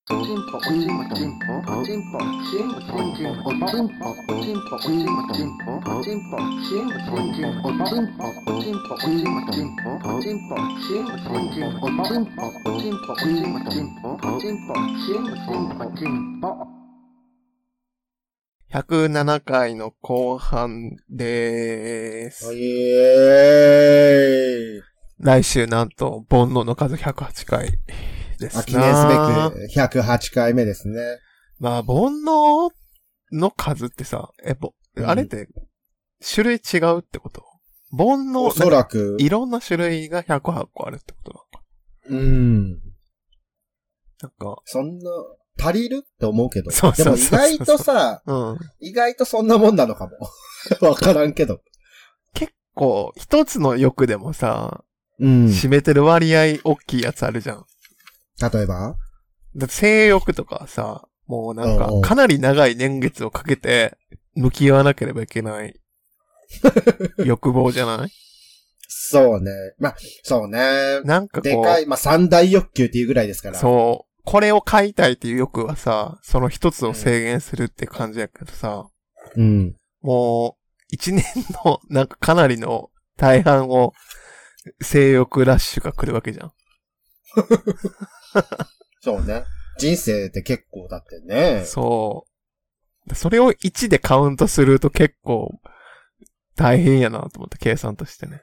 107回の後半でーす。来週なんと煩悩の数108回ですな。 記念すべく108回目ですね。 まあ煩悩の数ってさ、あれって種類違うってこと？煩悩、 おそらくいろんな種類が108個あるってことなのか。なんかそんな足りるって思うけど。 そうそうそうそう。 でも意外とさ、意外とそんなもんなのかも。わからんけど。 結構一つの欲でもさ、 占めてる割合大きいやつあるじゃん。 例えば？ だって性欲とかさ、もうなんかかなり長い年月をかけて向き合わなければいけない欲望じゃない？ そうね。まあ、そうね。 なんかこう。 でかい、まあ三大欲求っていうぐらいですから。 そう。これを買いたいっていう欲はさ、その一つを制限するって感じやけどさ、もう、一年のなんかかなりの大半を性欲ラッシュが来るわけじゃん。 そうね。人生って結構だってね。 そう。それを1でカウントすると結構大変やなと思って、計算としてね。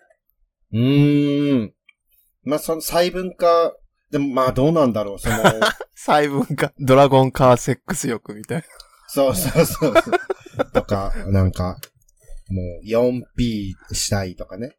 まあ、その細分化、でもまあどうなんだろう、その。 細分化、ドラゴンカーセックス欲みたいな。 そう。とか、なんか、もう 4P したいとかね。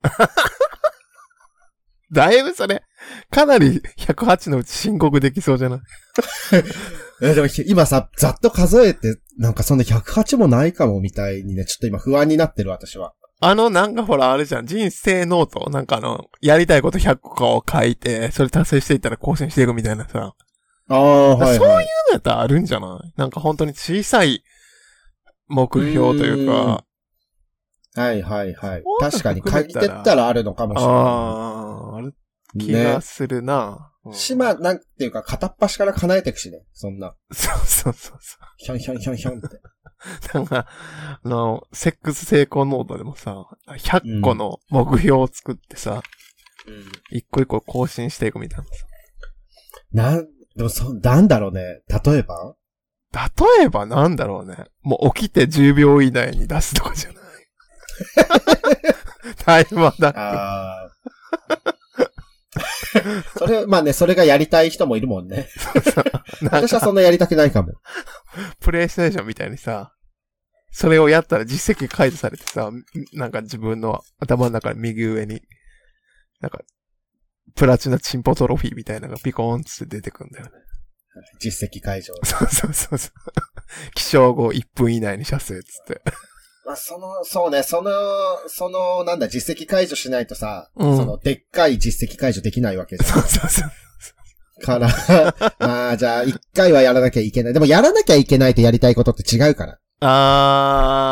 だいぶそれ、かなり108のうち申告できそうじゃない？ でも今さ、ざっと数えて、なんかそんな108もないかもみたいにね、ちょっと今不安になってる私は。 なんかほらあれじゃん、人生ノート、なんかやりたいこと100個を書いて、それ達成していったら更新していくみたいなさ。 はい。 そういうのやったらあるんじゃない？なんか本当に小さい目標というか。 はい。確かに書いてったらあるのかもしれない。 ある気がするな。 なんていうか片っ端から叶えていくしね、そんな。 そう。 ひょんって。 なんか、セックス成功ノートでもさ、100個の目標を作ってさ、一個一個更新していくみたいなさ。でもなんだろうね。例えばなんだろうね。もう起きて10秒以内に出すとかじゃない。タイマーだそれ、まあね、それがやりたい人もいるもんね。私はそんなやりたくないかも。 プレイステーションみたいにさ、それをやったら実績解除されてさ、なんか自分の頭の中の右上に、なんか、プラチナチンポトロフィーみたいなのがピコーンって出てくんだよね。 実績解除。 そう。起床後1分以内に射精つって。 まあ、なんだ、実績解除しないとさ、その、でっかい実績解除できないわけじゃん。 そう。 から、まあ、じゃあ、1回はやらなきゃいけない。でも、やらなきゃいけないとやりたいことって違うから。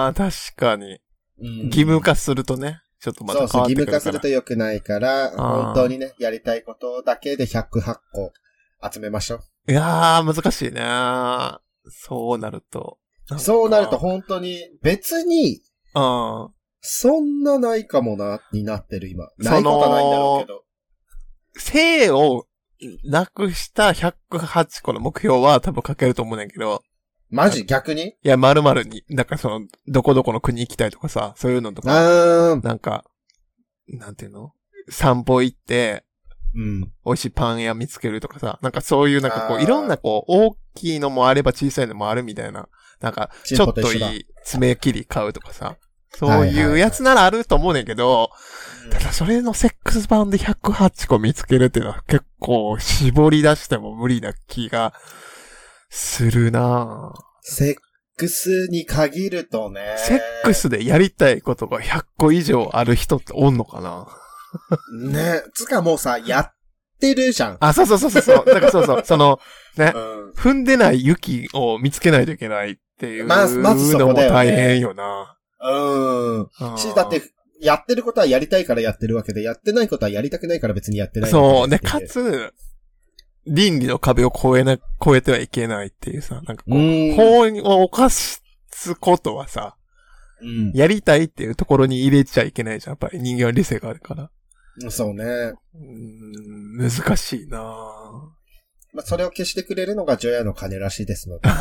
確かに。義務化するとね、ちょっとまた変わってくるから。 そう、義務化すると良くないから、本当にね、やりたいことだけで108個集めましょう。 いやー、難しいね。そうなると本当に、別に、そんなないかもな、になってる今。ないことはないんだろうけど。 性をなくした108個の目標は多分書けると思うねんけど。 マジ？逆に？ いや、〇〇に、なんかどこどこの国行きたいとかさ、そういうのとか。なんか、なんていうの？散歩行って、美味しいパン屋見つけるとかさ、なんかそういうなんかこう、いろんなこう、大きいのもあれば小さいのもあるみたいな。なんか、ちょっといい爪切り買うとかさ。そういうやつならあると思うねんけど、ただそれのセックス版で108個見つけるっていうのは結構絞り出しても無理な気がするなぁ。 セックスに限るとね。 セックスでやりたいことが100個以上ある人っておんのかな？ ね、つかもうさ、やってるじゃん。 そう。だからそう、ね、踏んでない雪を見つけないといけないっていうまずそこだよね。 のも大変よな。 だって、やってることはやりたいからやってるわけで、やってないことはやりたくないから別にやってないそう。で、かつ、 倫理の壁を越えてはいけないっていうさ、なんかこう、法を犯すことはさ、やりたいっていうところに入れちゃいけないじゃん。やっぱり人間は理性があるから。 そうね。 難しいなぁ。 まあ、それを消してくれるのが除夜の鐘らしいですので。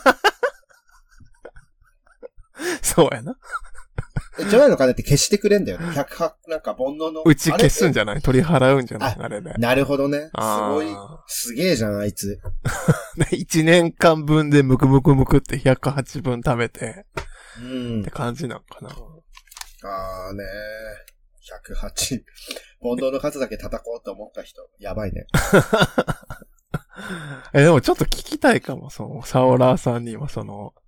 そうやな。 除夜の鐘って消してくれんだよね。なんか煩悩の。 うち消すんじゃない？取り払うんじゃない？あれで。 なるほどね。すげえじゃん、あいつ。 1年間分でムクムクムクって108分食べて。って感じなんかな。 あーねー。108。煩悩の数だけ叩こうと思った人、やばいね。 でもちょっと聞きたいかも、サオラーさんにもち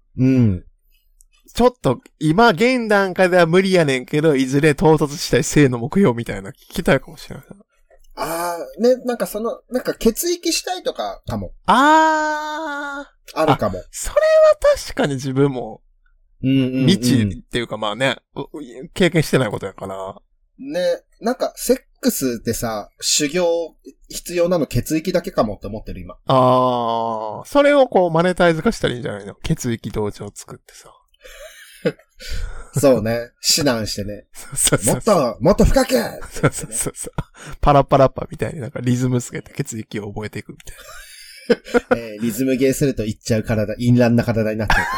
ょっと、今、現段階では無理やねんけど、いずれ到達したい性の目標みたいな聞きたいかもしれない。 ね、なんか血液したいとかかも。 あるかも。 それは確かに自分も、未知っていうかまあね、経験してないことやから。 ね、なんか、セックスってさ、修行必要なの血液だけかもって思ってる今。 それをこうマネタイズ化したらいいんじゃないの？血液道場を作ってさ。 そうね。指南してね。もっと深く、ね、 そう。パラパラッパみたいになんかリズムつけて血液を覚えていくみたいな。 リズムゲーするといっちゃう淫乱な体になっちゃう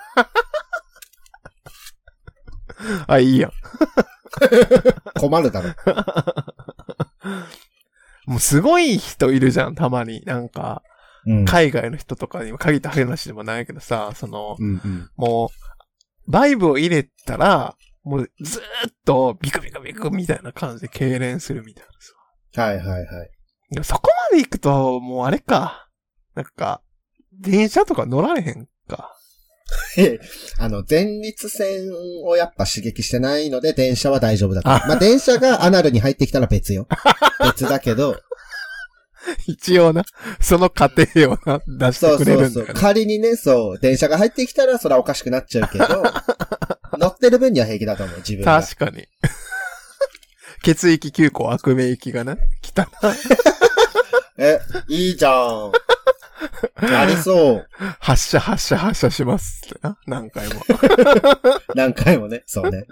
からさ。 いいやん。 困るだろ。 もうすごい人いるじゃん、たまに。なんか、海外の人とかにも限った話でもないけどさ、もう、バイブを入れたら、もうずーっとビクビクビクみたいな感じで痙攣するみたいなさ。はい。 そこまで行くと、もうあれか。なんか、電車とか乗られへんか。 前立腺をやっぱ刺激してないので、電車は大丈夫だと。まあ、電車がアナルに入ってきたら別よ。別だけど。 一応な、その過程をな、出してくれるんだよね。 仮にね、電車が入ってきたらそれはおかしくなっちゃうけど、乗ってる分には平気だと思う、自分が。 確かに。血液急行悪名行きがね、来たな。 いいじゃん。ありそう。 発射しますってな。何回も。 何回もね。そうね。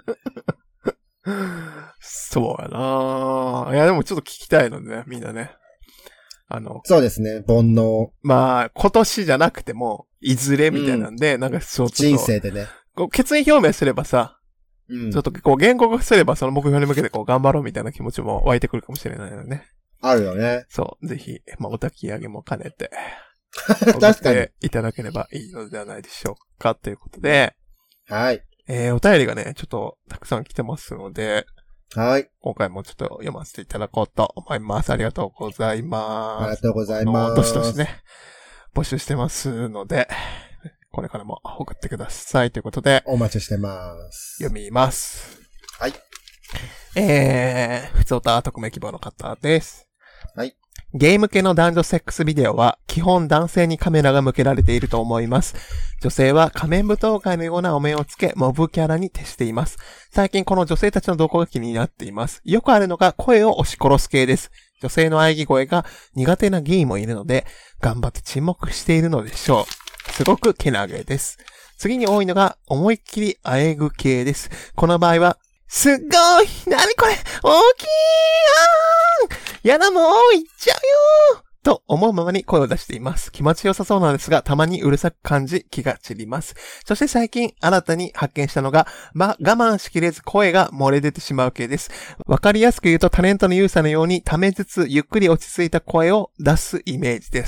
そうやな。いや、でもちょっと聞きたいのでね、みんなね。 そうですね、煩悩。 まあ、今年じゃなくても、いずれみたいなんで、なんかちょっと。 人生でね。 こう決意表明すればさ、ちょっとこう言語化すればその目標に向けてこう頑張ろうみたいな気持ちも湧いてくるかもしれないのでね。 あるよね。 そう、ぜひ、まあ、お焚き上げも兼ねて。 確かに。 いただければいいのではないでしょうか。ということで。 はい。 お便りがね、ちょっとたくさん来てますので。 はい。 今回もちょっと読ませていただこうと思います。ありがとうございます。 ありがとうございます。 どしどしね、募集してますので、これからも送ってくださいということで。 お待ちしてます。 読みます。 はい。 ふつおた匿名希望の方です。 はい。 ゲーム系の男女セックスビデオは基本男性にカメラが向けられていると思います。女性は仮面舞踏会のようなお面をつけモブキャラに徹しています。最近この女性たちの動向が気になっています。よくあるのが声を押し殺す系です。女性の喘ぎ声が苦手なゲイもいるので頑張って沈黙しているのでしょう。すごくけなげです。次に多いのが思いっきり喘ぐ系です。この場合はすっごいなにこれ大きいやだもう行っちゃうよと思うままに声を出しています。気持ちよさそうなんですが、たまにうるさく感じ気が散ります。そして最近新たに発見したのが、我慢しきれず声が漏れ出てしまう系です。わかりやすく言うとタレントのユーサのようにためつつゆっくり落ち着いた声を出すイメージです。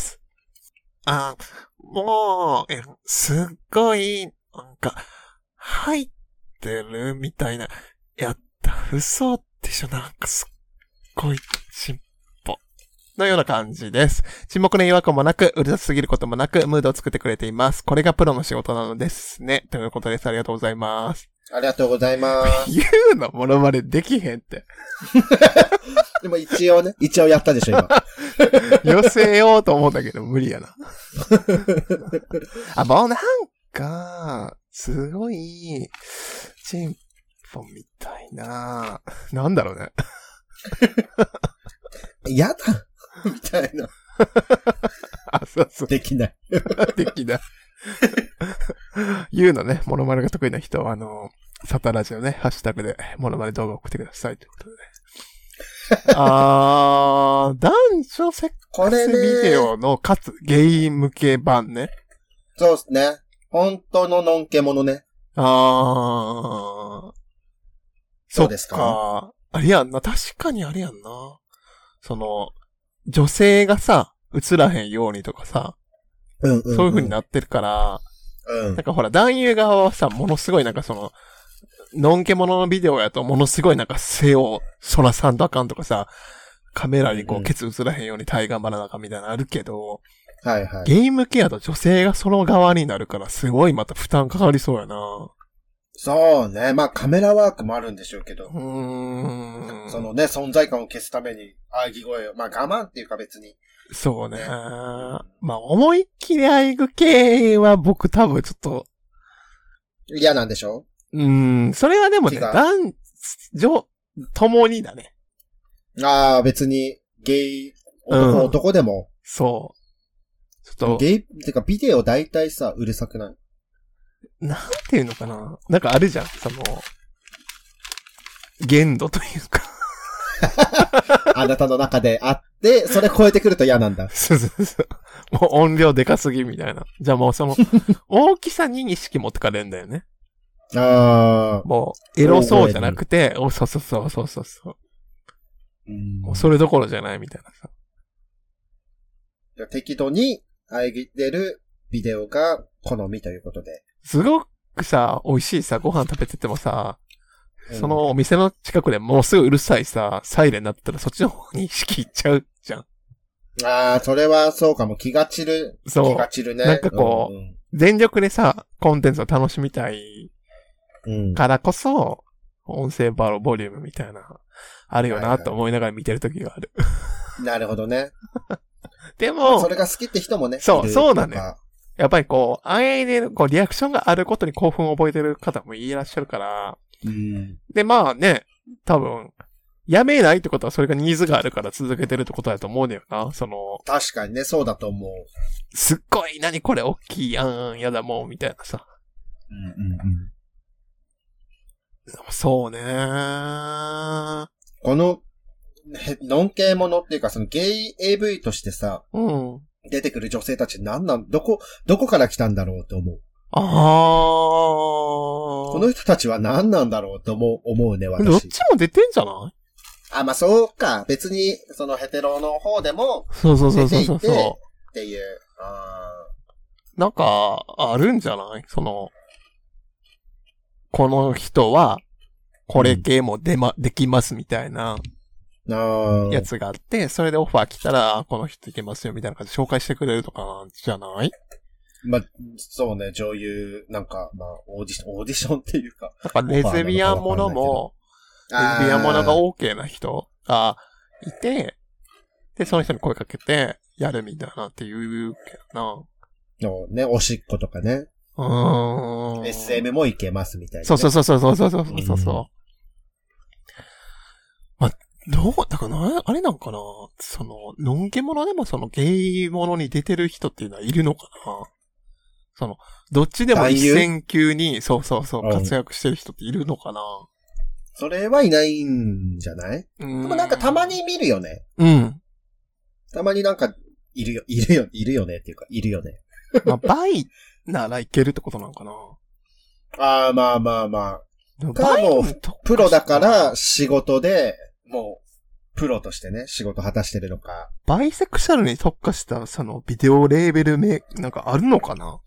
もう、すっごい、なんか、入ってるみたいな。やった。嘘でしょ。なんかすっごいチンポのような感じです。沈黙の違和感もなく、うるさすぎることもなく、ムードを作ってくれています。これがプロの仕事なのですね。ということです。ありがとうございます。 ありがとうございます。 言うのモノマネできへんって。 でも一応やったでしょ、今。 寄せようと思うんだけど、無理やな。もうなんか、すごい、チンポみたいな、なんだろうね。 やだみたいな。 あ、そうそう。 できない。 できない。言うのね、モノマネが得意な人は、サタラジオね、ハッシュタグでモノマネ動画を送ってくださいということでね。男女セックスビデオのかつゲイ向け版ね。 そうですね。本当ののんけものね。そうですか。 あれやんな、確かにあれやんな。女性がさ、映らへんようにとかさ、そういう風になってるから、なんかほら、男優側はさ、ものすごいなんかのんけもののビデオやとものすごいなんか背をそらさんとあかんとかさ、カメラにこうケツ映らへんように体頑張らなあかんみたいなのあるけど、 はいはい。 ゲーム系やと女性がその側になるからすごいまた負担かかりそうやな。 そうね。まあカメラワークもあるんでしょうけど。そのね、存在感を消すために、喘ぎ声を、まあ我慢っていうか別に。 そうね。まあ思いっきり喘ぐ系は僕多分ちょっと。 嫌なんでしょ？ それはでもね、男女、共にだね。 ああ、別に、ゲイ、男でも。 そう。ちょっと。 ゲイ、てかビデオ大体さ、うるさくない？ なんていうのかな？なんかあるじゃん、限度というか。 あなたの中であって、それ超えてくると嫌なんだ。 そう。もう音量でかすぎみたいな。じゃあもう大きさに意識持ってかれるんだよね。もう、エロそうじゃなくて、そう。もうそれどころじゃないみたいなさ。 適度に喘ぎてるビデオが好みということで。 すごくさ、美味しいさ、ご飯食べててもさ、そのお店の近くでもうすぐうるさいさ、サイレンになったらそっちの方に意識いっちゃうじゃん。 ああ、それはそうかも。気が散る。 そう。 気が散るね。 なんかこう、全力でさ、コンテンツを楽しみたいからこそ、音声ボリュームみたいな、あるよなと思いながら見てる時がある。 なるほどね。 でも、 それが好きって人もね。 そうだね。やっぱりこう、リアクションがあることに興奮を覚えてる方もいらっしゃるから、で、まあね、多分、やめないってことはそれがニーズがあるから続けてるってことだと思うんだよな、 確かにね、そうだと思う。 すっごい、何これ大きいやだもう、みたいなさ。そうねこの、ノン系ものっていうか、ゲイ AV としてさ、出てくる女性たちどこから来たんだろうと思う。この人たちは何なんだろうと思うね、私。 どっちも出てんじゃない？ まあそうか。別に、ヘテロの方でも、 そう。 っていう。 なんか、あるんじゃない？この人は、これ系もできますみたいな、やつがあって、それでオファー来たら、この人いけますよみたいな感じで紹介してくれるとかなんじゃない？ まあ、そうね、女優、なんか、まあ、オーディションっていうか。 なんかレズビアンものも、レズビアンものが OK な人がいて、で、その人に声かけて、やるみたいなって言うけどな。ね、おしっことかね。SM もいけますみたいな、ね。 そう。まあ、だからあれなんかな？のんけものでもゲイものに出てる人っていうのはいるのかな？どっちでも一線級に、そう、活躍してる人っているのかな？ それはいないんじゃない？でもなんかたまに見るよね。たまになんか、いるよねっていうか、いるよね。 まあ、バイならいけるってことなのかな？ まあ。かもう、プロだから仕事で、もう、プロとしてね、仕事果たしてるのか。 バイセクシャルに特化したビデオレーベルなんかあるのかな？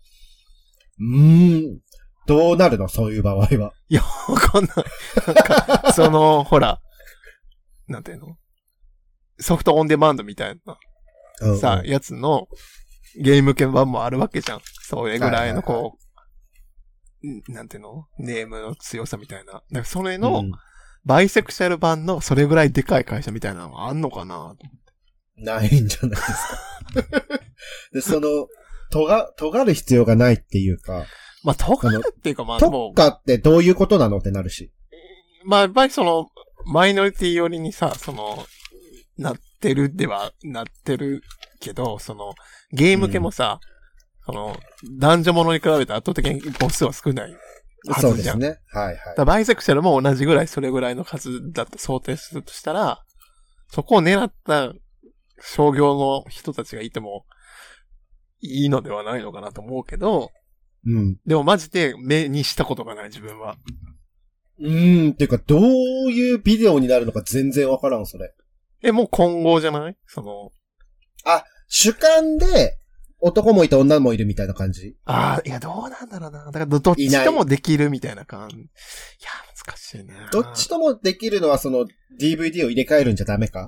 どうなるの？そういう場合は。 いや、わかんない。なんか、ほら、なんていうの？ソフトオンデマンドみたいな、やつのゲーム系版もあるわけじゃん。それぐらいのなんていうの？ネームの強さみたいな。だからそれの、バイセクシャル版のそれぐらいでかい会社みたいなのはあんのかな？ ないんじゃないですか。で、尖る必要がないっていうか。 まあ、尖るっていうか、まあ、 特化ってどういうことなのってなるし。 まあ、やっぱりマイノリティ寄りにさ、なってるけど、ゲーム系もさ、男女ものに比べて圧倒的に母数は少ないはずじゃん。 そうですね。はいはい。 バイセクシャルも同じぐらいそれぐらいの数だと想定するとしたら、そこを狙った商業の人たちがいてもいいのではないのかなと思うけど、 うん。 でもマジで目にしたことがない自分は。 ていうかどういうビデオになるのか全然わからん、それ。 もう混合じゃない？ 主観で男もいて女もいるみたいな感じ？ いや、どうなんだろうな。だからどっちともできるみたいな感じ。いや、難しいね。 どっちともできるのはDVD を入れ替えるんじゃダメか？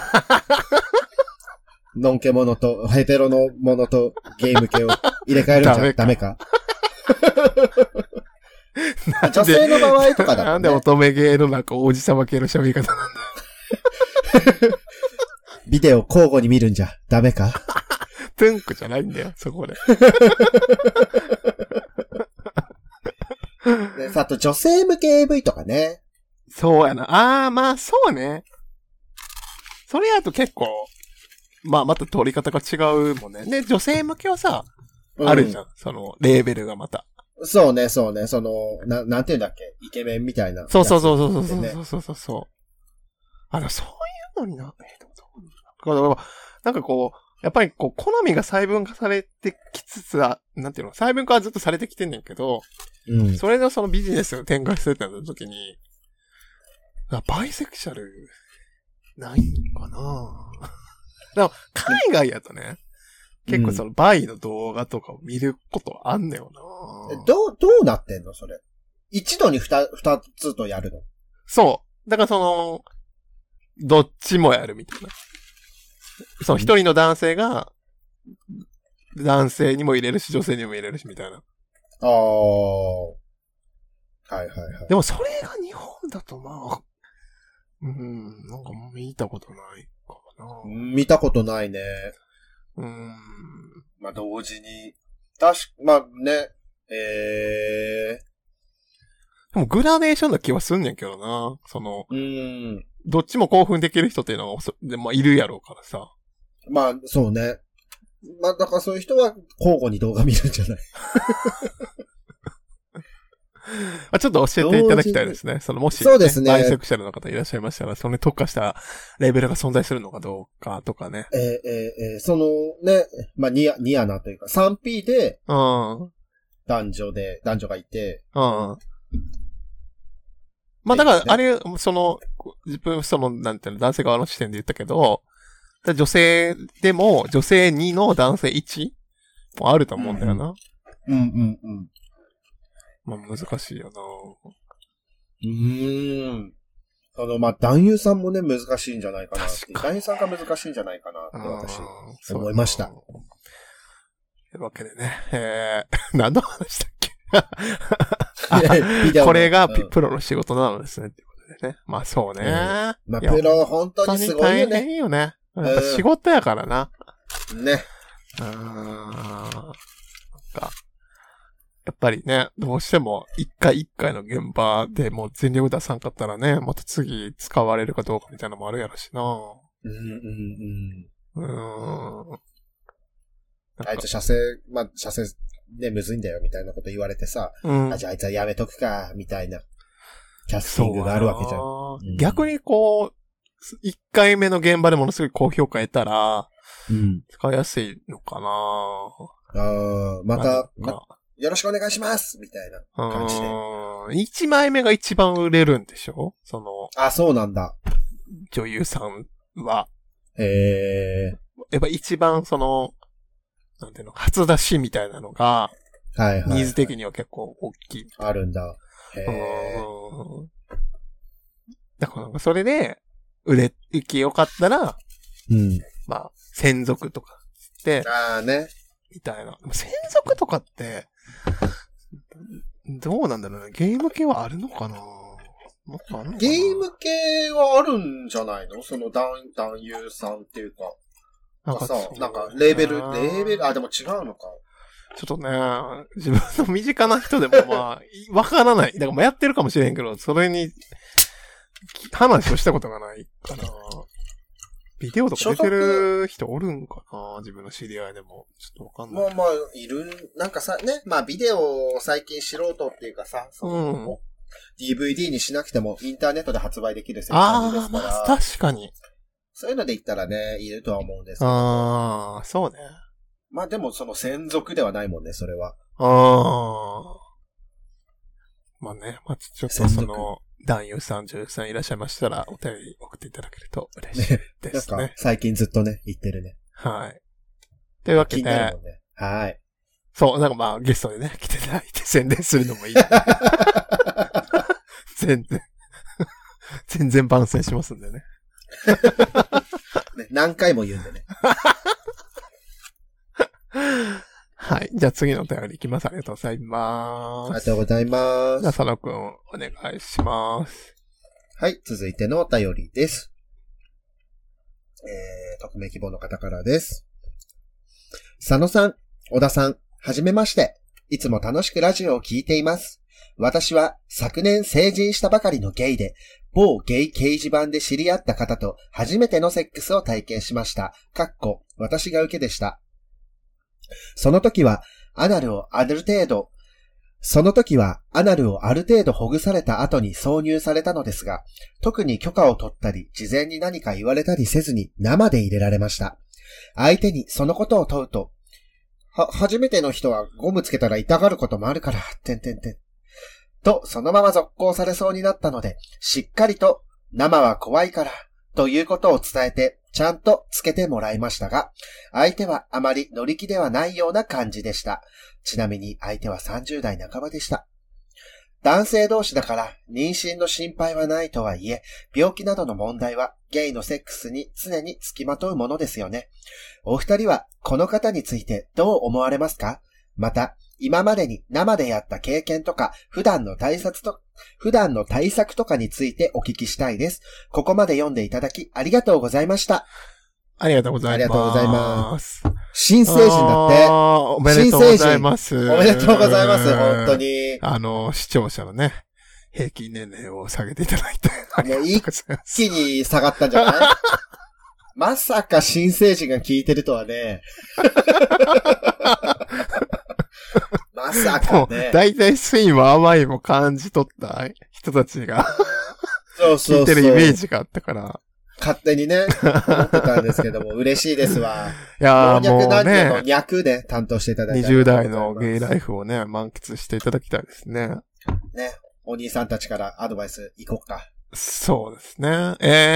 ノンケものと、ヘテロのものとゲーム系を入れ替えるんじゃダメか？女性の場合とかだと、ね。 なんで乙女ゲーのなんか王子様系の喋り方なんだよ。 ビデオ交互に見るんじゃダメか？ トゥンクじゃないんだよ、そこで。 であと女性向け AV とかね。 そうやな。まあそうね。それやと結構、また撮り方が違うもんね。で、女性向けはさ、あるじゃん。レーベルがまた。 そうね。なんて言うんだっけ？イケメンみたいな。 そう。でもそういうのにな、なんかこう、やっぱりこう、好みが細分化されてきつつは、なんていうの、細分化はずっとされてきてんねんけど、それのビジネスを展開するってなった時に、バイセクシャル、ないんかなでも、海外やとね、結構バイの動画とかを見ることあんねよな、 どうなってんのそれ。一度に二つとやるの？ そう。だからどっちもやるみたいな。一人の男性が、男性にも入れるし、女性にも入れるし、みたいな。 はいはいはい。 でもそれが日本だとなんか見たことないかな。 見たことないね。同時に。ね。 でもグラデーションな気はすんねんけどな。どっちも興奮できる人っていうのは、いるやろうからさ。 そうね。だからそういう人は交互に動画見るんじゃないちょっと教えていただきたいですね。もし、 そうですね。 バイセクシャルの方いらっしゃいましたら、それに特化したレベルが存在するのかどうかとかね。 ニアナというか、3P で、男女がいて、 だから、あれ、自分、なんていうの、男性側の視点で言ったけど、女性でも、女性2の男性1もあると思うんだよな。難しいよな。男優さんもね、難しいんじゃないかなって。男優さんが難しいんじゃないかなって私、思いました。というわけでね、何の話だっけこれがプロの仕事なのですね。っていうことでね。そうね。 プロ本当にすごいよね。 大変よね。やっぱ仕事やからな。 ね。 やっぱりね、どうしても一回一回の現場でもう全力出さんかったらね、また次使われるかどうかみたいなのもあるやろしな。 あいつ射精ね、むずいんだよみたいなこと言われてさ、じゃああいつはやめとくか、みたいなキャスティングがあるわけじゃん。 逆にこう、一回目の現場でものすごい高評価得たら、使いやすいのかな。 また、よろしくお願いしますみたいな感じで。 1枚目が一番売れるんでしょ？ そうなんだ。 女優さんは。 やっぱ一番なんていうの、初出しみたいなのが、ニーズ的には結構大きい。 あるんだ。 だからそれで、受けよかったら、専属とかって、 ね。 みたいな。専属とかって、どうなんだろうね。ゲーム系はあるのかな？ ゲーム系はあるんじゃないの？男優さんっていうか。なんかレーベル、でも違うのか。 ちょっとね、自分の身近な人でもわからない。だからやってるかもしれへんけど、それに、話をしたことがないかな。 ビデオとか出てる人おるんかな、自分の知り合いでも。ちょっとわかんない。 まあ、いる、なんかさ、ね、まあビデオを最近素人っていうかさ、DVD にしなくてもインターネットで発売できる感じですから。 まあ確かに。 そういうので言ったらね、いるとは思うんですけど。そうね。 まあでもその専属ではないもんね、それは。 まあね、まあちょっとその、男優さん、女優さんいらっしゃいましたら、お便り送っていただけると嬉しいですね。 なんか、最近ずっとね、言ってるね。 はい。というわけで、 ね、はい。 そう、なんかまあ、ゲストでね、来ていただいて宣伝するのもいい。全然番宣しますんでね。 ね、何回も言うんでね。 はい。じゃあ次のお便りいきます。ありがとうございます。 ありがとうございます。 じゃあ、佐野くん、お願いします。 はい。続いてのお便りです。匿名希望の方からです。佐野さん、小田さん、はじめまして。いつも楽しくラジオを聞いています。私は昨年成人したばかりのゲイで、某ゲイ掲示板で知り合った方と初めてのセックスを体験しました。私が受けでした。その時はアナルをある程度ほぐされた後に挿入されたのですが、特に許可を取ったり、事前に何か言われたりせずに生で入れられました。相手にそのことを問うと、初めての人はゴムつけたら痛がることもあるから、と、そのまま続行されそうになったので、しっかりと生は怖いから、ということを伝えて、ちゃんとつけてもらいましたが、相手はあまり乗り気ではないような感じでした。ちなみに相手は30代半ばでした。男性同士だから妊娠の心配はないとはいえ、病気などの問題はゲイのセックスに常につきまとうものですよね。お二人はこの方についてどう思われますか？また、今までに生でやった経験とか、普段の対策とかについてお聞きしたいです。ここまで読んでいただきありがとうございました。 ありがとうございます。 ありがとうございます。新成人だって。 おめでとうございます。 おめでとうございます。本当に。 視聴者のね、平均年齢を下げていただいて。 もう一気に下がったんじゃないまさか新成人が聞いてるとはね。まさかね。 だいたい酸いも甘いも感じ取った人たちが聞いてるイメージがあったから。 勝手にね、思ってたんですけども、嬉しいですわ。 いやーもうね。 の脈で担当していただいて。 20代のゲイライフをね、満喫していただきたいですね。 ね、お兄さんたちからアドバイスいこうか。 そうですね。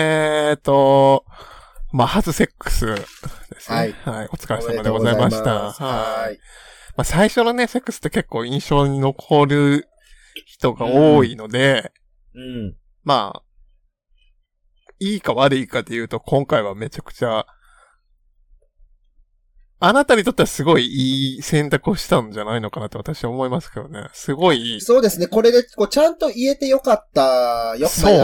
まあ、初セックスですね。はい。お疲れ様でございました。はい。まあ、最初のね、セックスって結構印象に残る人が多いので、まあ、いいか悪いかで言うと、今回はめちゃくちゃ、あなたにとってはすごいいい選択をしたんじゃないのかなって私は思いますけどね。すごい。 そうですね。これで、ちゃんと言えてよかったよ。そう。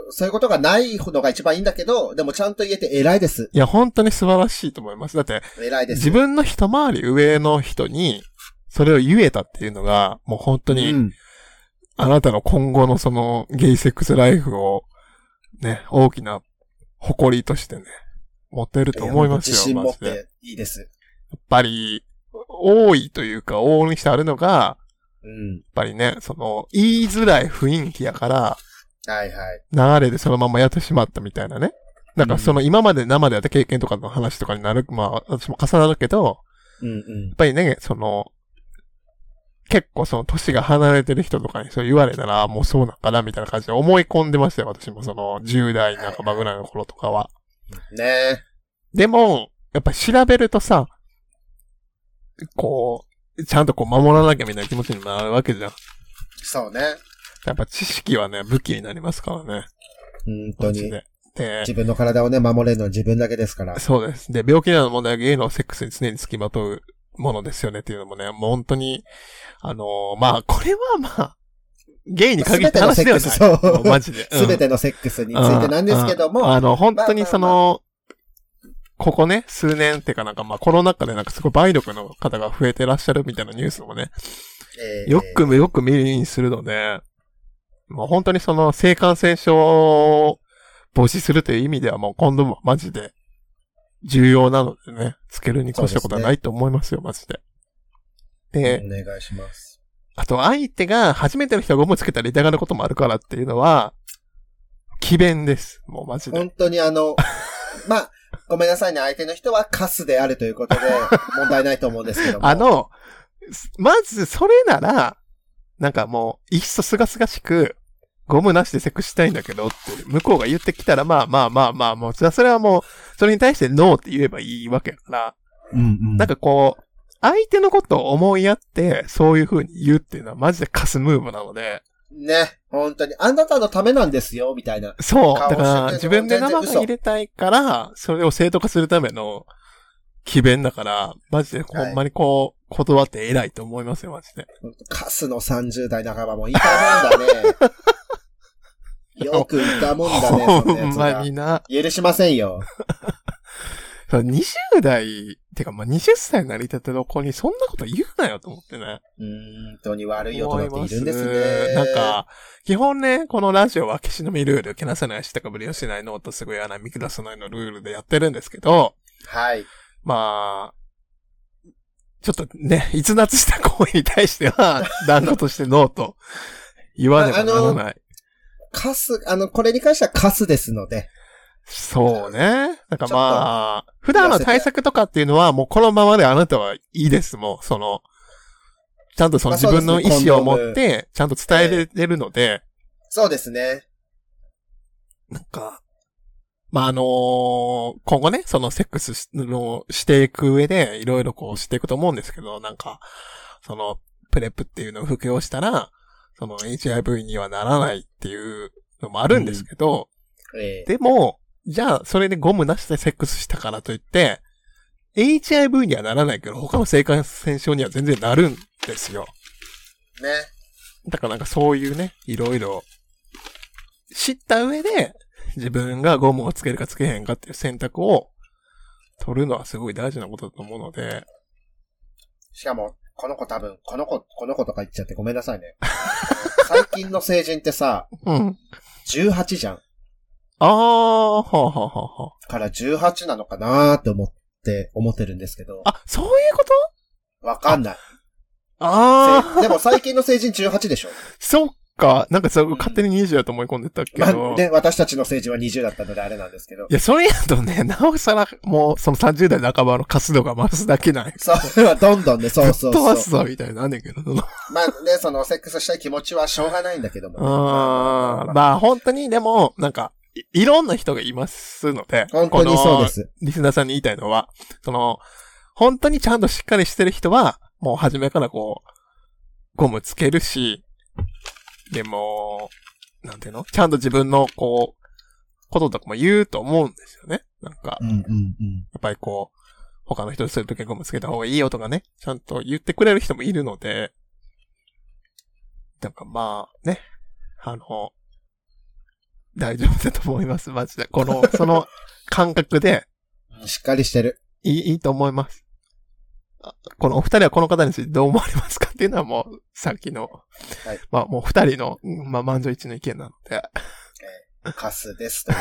そういうことがないのが一番いいんだけど、でもちゃんと言えて偉いです。 いや、本当に素晴らしいと思います。だって、 偉いです。 自分の一回り上の人に、それを言えたっていうのが、もう本当に、あなたの今後のそのゲイセックスライフを、ね、大きな誇りとしてね、持ってると思いますよ。 自信持っていいです。 やっぱり、多いというか、往々にしてあるのが、やっぱりね、その、言いづらい雰囲気やから、 はいはい。 流れでそのままやってしまったみたいなね。なんかその今まで生でやった経験とかの話とかになる、まあ、私も重なるけど、やっぱりね、その、結構その年が離れてる人とかにそう言われたら、もうそうなんかなみたいな感じで思い込んでましたよ、私もその10代半ばぐらいの頃とかは。 ねえ。 でも、やっぱ調べるとさ、こう、ちゃんとこう守らなきゃみたいな気持ちになるわけじゃん。 そうね。 やっぱ知識はね、武器になりますからね。 本当に。で、自分の体をね、守れるのは自分だけですから。 そうです。で、病気などの問題はゲイのセックスに常につきまとうものですよねっていうのもね、もう本当に、まあ、これはまあ、ゲイに限った話ではない。そう。マジで。 すべてのセックスについてなんですけども。 本当にその、ここね、数年っていうかなんかまあコロナ禍でなんかすごい梅毒の方が増えてらっしゃるみたいなニュースもね、よく耳にするので、もう本当にその性感染症を防止するという意味ではもうコンドームはマジで重要なのでね、つけるに越したことはないと思いますよ、マジで。で、 お願いします。 あと相手が初めての人がゴムつけたら痛がることもあるからっていうのは、詭弁です。もうマジで。 本当にまあ、ごめんなさいね、相手の人はカスであるということで、問題ないと思うんですけども。 まずそれなら、なんかもう、いっそすがすがしく、ゴムなしでセックスしたいんだけどって、向こうが言ってきたら、まあ、もう、それはもう、それに対してノーって言えばいいわけだから、なんかこう、相手のことを思いやって、そういう風に言うっていうのはマジでカスムーブなので。 ね、本当に、あなたのためなんですよ、みたいな。 そう。だから、自分で生が入れたいから、それを正当化するための、詭弁だから、マジでほんまにこう、断って偉いと思いますよ、マジで。 カスの30代半ばもいたもんだね。よくいたもんだね、 ほんまにな。 許しませんよ。 20代、てかまあ、20歳になりたての子にそんなこと言うなよと思ってね。 本当に悪い大人っているんですね。 なんか、基本ね、このラジオは消し飲みルール、けなさない、したかぶりをしない、ノートすぐ言わない、見下さないのルールでやってるんですけど、 はい。 まあ、ちょっとね、逸脱した行為に対しては、断固としてノーと言わねばならない。 カス、これに関してはカスですので。 そうね。なんかまあ、普段の対策とかっていうのはもうこのままであなたはいいです。もう、ちゃんとその自分の意思を持って、ちゃんと伝えれるので。 そうですね。 なんか、まあ今後ね、そのセックスしていく上で、いろいろこうしていくと思うんですけど、なんか、プレップっていうのを服用したら、HIV にはならないっていうのもあるんですけど、でも、じゃあ、それでゴムなしでセックスしたからといって、HIV にはならないけど、他の性感染症には全然なるんですよ。 ね。 だからなんかそういうね、いろいろ、知った上で、自分がゴムをつけるかつけへんかっていう選択を取るのはすごい大事なことだと思うので。 しかも、この子とか言っちゃってごめんなさいね。最近の成人ってさ、18じゃん。から18なのかなーって思ってるんですけど。 あ、そういうこと？ わかんない。でも最近の成人18でしょ？ そっか。なんか勝手に20だと思い込んでたけど。 で、私たちの成人は20だったのであれなんですけど。 いや、それやとね、なおさら、もう、その30代半ばの活動が増すだけない。 そう、どんどんね、そう。 飛ばすぞ、みたいになんねんけど。 まあね、セックスしたい気持ちはしょうがないんだけども、ね。 まあ本当に、でも、なんか、いろんな人がいますので、 本当にそうです。 リスナーさんに言いたいのは、本当にちゃんとしっかりしてる人は、もう初めからこう、ゴムつけるし、でも、なんていうの？ちゃんと自分のこう、こととかも言うと思うんですよね。なんか、やっぱりこう、他の人にするときはゴムつけた方がいいよとかね、ちゃんと言ってくれる人もいるので、なんかまあ、ね、大丈夫だと思います、マジで。その感覚で。 しっかりしてる。 いいと思います。このお二人はこの方についてどう思われますかっていうのはもう、さっきの、はい、まあもう二人の、まあ満場一致の意見なので。 カスです、という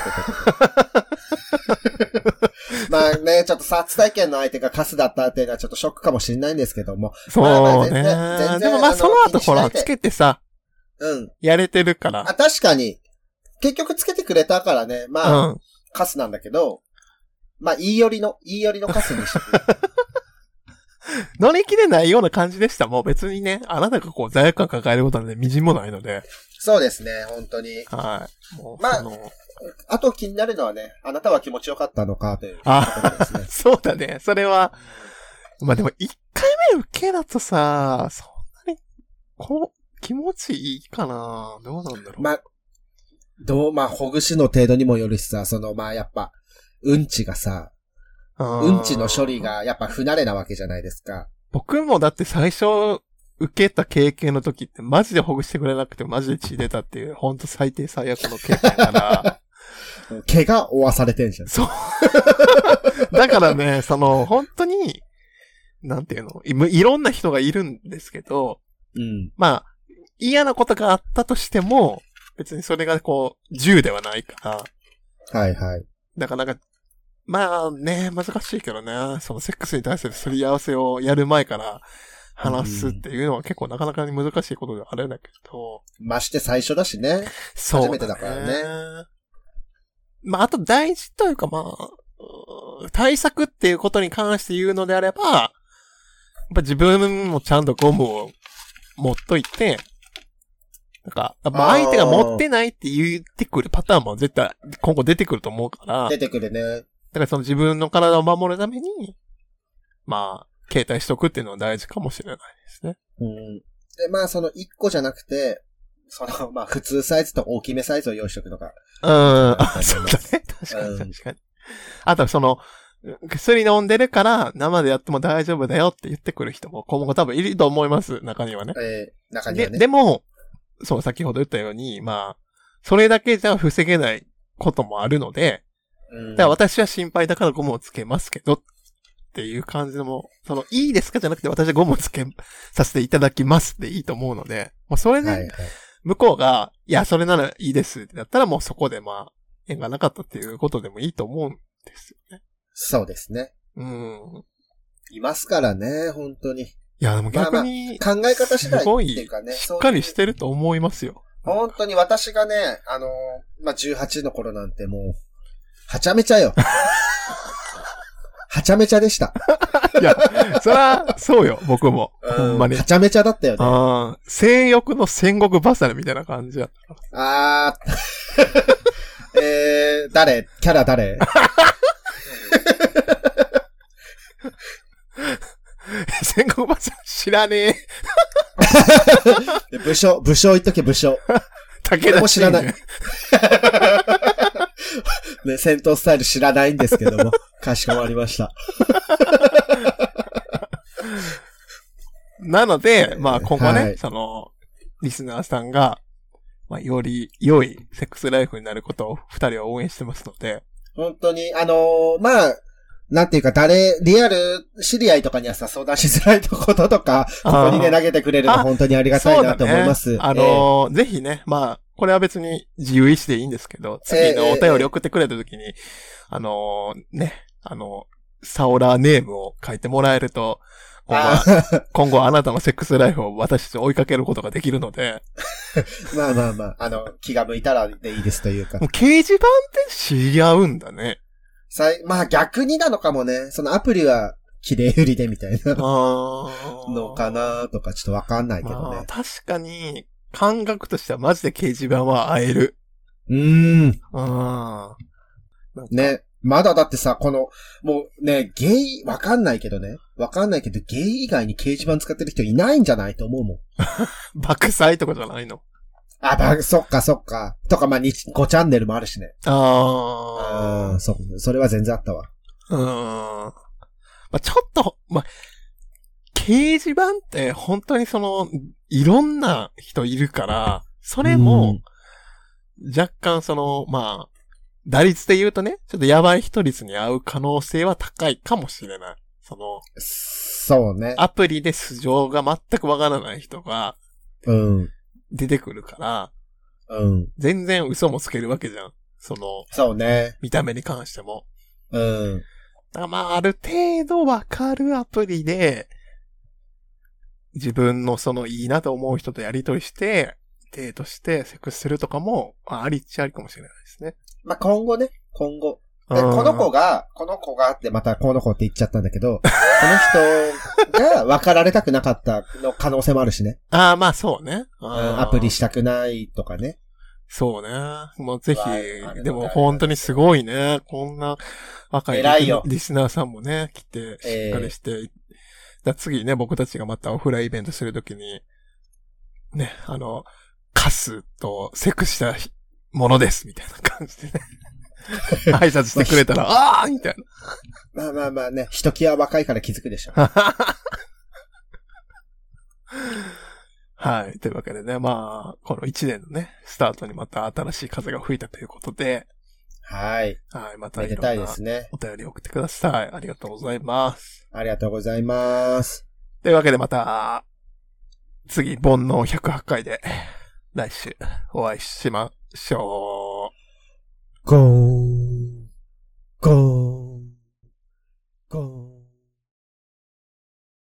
ことで。まあね、ちょっと初体験の相手がカスだったっていうのはちょっとショックかもしれないんですけども。 そうね。でもまあその後ほら、つけてさ、やれてるから。 確かに。結局つけてくれたからね、まあ、カスなんだけど、まあ、言い寄りのカスにしてくれ。 乗り切れないような感じでした。もう別にね、あなたがこう罪悪感抱えることなんてみじんもないので。 そうですね、本当に。 はい。 まあ、あと気になるのはね、あなたは気持ちよかったのかというところですね。 そうだね。それは、まあでも1回目受けだとさ、そんなに、気持ちいいかな？どうなんだろう。 まあ、ほぐしの程度にもよるしさ、まあやっぱ、うんちがさ、うんちの処理がやっぱ不慣れなわけじゃないですか。 僕もだって最初、受けた経験の時ってマジでほぐしてくれなくてマジで血出たっていう、ほんと最低最悪の経験から。 毛が負わされてんじゃん。 そう。だからね、本当に、なんていうの、いろんな人がいるんですけど、まあ、嫌なことがあったとしても、別にそれがこう、10ではないから。 はいはい。 だからなんか、 まあね、難しいけどね、そのセックスに対するすり合わせをやる前から話すっていうのは結構なかなかに難しいことではあるんだけど。 まして最初だしね。 そう、 初めてだからね。 まあ、あと大事というかまあ、対策っていうことに関して言うのであれば、やっぱ自分もちゃんとゴムを持っといて、なんか、まあ相手が持ってないって言ってくるパターンも絶対今後出てくると思うから。 出てくるね。だからその自分の体を守るために、まあ、携帯しとくっていうのは大事かもしれないですね。 で、まあその1個じゃなくて、その、まあ普通サイズと大きめサイズを用意しとくのが。 そうだね。確かに確かに。あとその、薬飲んでるから生でやっても大丈夫だよって言ってくる人も今後多分いると思います、中にはね。 中にはね。 でも、そう、先ほど言ったように、まあ、それだけじゃ防げないこともあるので、だから私は心配だからゴムをつけますけど、っていう感じでも、その、いいですかじゃなくて私はゴムをつけさせていただきますでいいと思うので、もうそれで、向こうが、いや、それならいいですってなったらもうそこでまあ、縁がなかったっていうことでもいいと思うんですよね。 そうですね。いますからね、本当に。 いや、でも逆に、 考え方次第っていうかね。 しっかりしてると思いますよ。 本当に私がね、まあ、18の頃なんてもう、はちゃめちゃよ。はちゃめちゃでした。 いや、そら、そうよ、僕も。ほんまに。 はちゃめちゃだったよね。 性欲の戦国バサルみたいな感じやった。 誰キャラ誰戦国バサル知らねえ。 武将言っとけ、武将。 武田も知らない。ね、戦闘スタイル知らないんですけども、かしこまりました。 なので、まあ今後ね、その、リスナーさんが、まあより良いセックスライフになることを二人は応援してますので。 本当に、まあ、なんていうか、リアル知り合いとかにはさ、相談しづらいこととか、ここにね、投げてくれるの本当にありがたいなと思います。 ぜひね、まあ、これは別に自由意志でいいんですけど、次のお便り送ってくれた時に、サオラーネームを書いてもらえると、今後あなたのセックスライフを私たち追いかけることができるので。 まあまあまあ、気が向いたらでいいですというか。 もう掲示板って知り合うんだね。 まあ逆になのかもね。そのアプリは綺麗売りでみたいなのかなとかちょっとわかんないけどね。 確かに、感覚としてはマジで掲示板は会える。 ね。まだだってさ、もうね、ゲイ、わかんないけど、ゲイ以外に掲示板使ってる人いないんじゃないと思うもん。 爆災とかじゃないの？ そっか。とか、まあ、5チャンネルもあるしね。それは全然あったわ。 まあ、ちょっと、掲示板って本当にいろんな人いるから、それも、若干まあ、打率で言うとね、ちょっとやばい人率に合う可能性は高いかもしれない。 そうね。 アプリで素性が全くわからない人が、出てくるから、全然嘘もつけるわけじゃん。 そうね。 見た目に関しても。だからまあ、ある程度わかるアプリで、自分のいいなと思う人とやりとりして、デートしてセックスするとかも、ありっちゃありかもしれないですね。 まあ、今後。この子がってまたこの子って言っちゃったんだけど、この人が別れたくなかったの可能性もあるしね。 まあそうね。 アプリしたくないとかね。 そうね。もうぜひ、でも本当にすごいね。こんな若いリスナーさんもね、来て、しっかりして。次ね、僕たちがまたオフラインイベントするときに、ね、カスとセクしたものです、みたいな感じでね。挨拶してくれたら、みたいな。まあね、ひときわ若いから気づくでしょ。 はい。というわけでね、まあ、この1年のね、スタートにまた新しい風が吹いたということで、 はい。 またいろんなお便り送ってください。ありがとうございます。 ありがとうございます。 というわけでまた、次、煩悩108回で、来週、お会いしましょう。 ゴー。